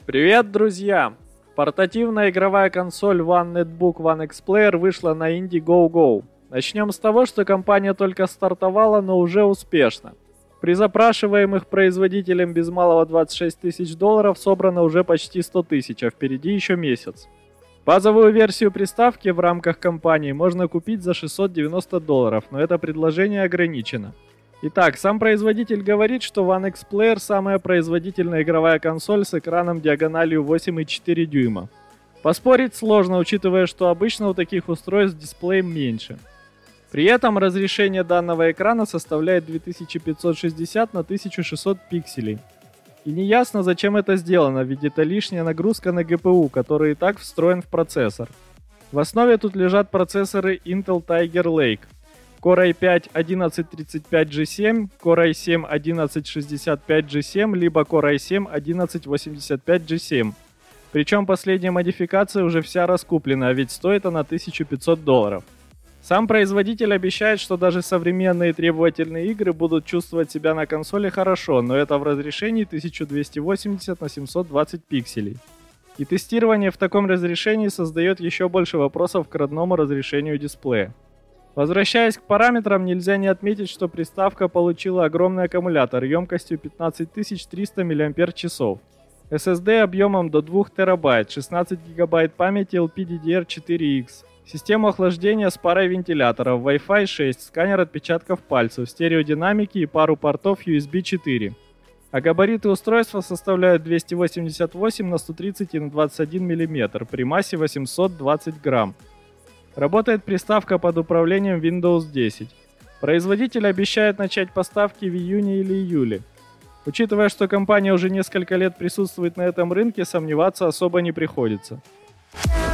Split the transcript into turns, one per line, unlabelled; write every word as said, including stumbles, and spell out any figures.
Привет, друзья! Портативная игровая консоль One Netbook One X Player вышла на Indiegogo. Начнем с того, что компания только стартовала, но уже успешно. При запрашиваемых производителем без малого двадцать шесть тысяч долларов собрано уже почти сто тысяч, а впереди еще месяц. Базовую версию приставки в рамках компании можно купить за шестьсот девяносто долларов, но это предложение ограничено. Итак, сам производитель говорит, что One X Player самая производительная игровая консоль с экраном диагональю восемь и четыре дюйма. Поспорить сложно, учитывая, что обычно у таких устройств дисплей меньше. При этом разрешение данного экрана составляет две тысячи пятьсот шестьдесят на тысяча шестьсот пикселей. И неясно, зачем это сделано, ведь это лишняя нагрузка на джи пи ю, который и так встроен в процессор. В основе тут лежат процессоры Intel Tiger Lake, Core ай пять одиннадцать тридцать пять джи семь, Core ай семь одиннадцать шестьдесят пять джи семь, либо Core ай семь одиннадцать восемьдесят пять джи семь. Причем последняя модификация уже вся раскуплена, а ведь стоит она тысячу пятьсот долларов. Сам производитель обещает, что даже современные требовательные игры будут чувствовать себя на консоли хорошо, но это в разрешении тысяча двести восемьдесят на семьсот двадцать пикселей. И тестирование в таком разрешении создает еще больше вопросов к родному разрешению дисплея. Возвращаясь к параметрам, нельзя не отметить, что приставка получила огромный аккумулятор емкостью пятнадцать тысяч триста мАч, эс эс ди объемом до два терабайта, шестнадцать гигабайт памяти эл пи ди ди ар четыре икс, систему охлаждения с парой вентиляторов, Wi-Fi шесть, сканер отпечатков пальцев, стереодинамики и пару портов ю эс би четыре. А габариты устройства составляют двести восемьдесят восемь на сто тридцать и на двадцать один миллиметр при массе восемьсот двадцать грамм. Работает приставка под управлением Windows десять. Производитель обещает начать поставки в июне или июле. Учитывая, что компания уже несколько лет присутствует на этом рынке, сомневаться особо не приходится.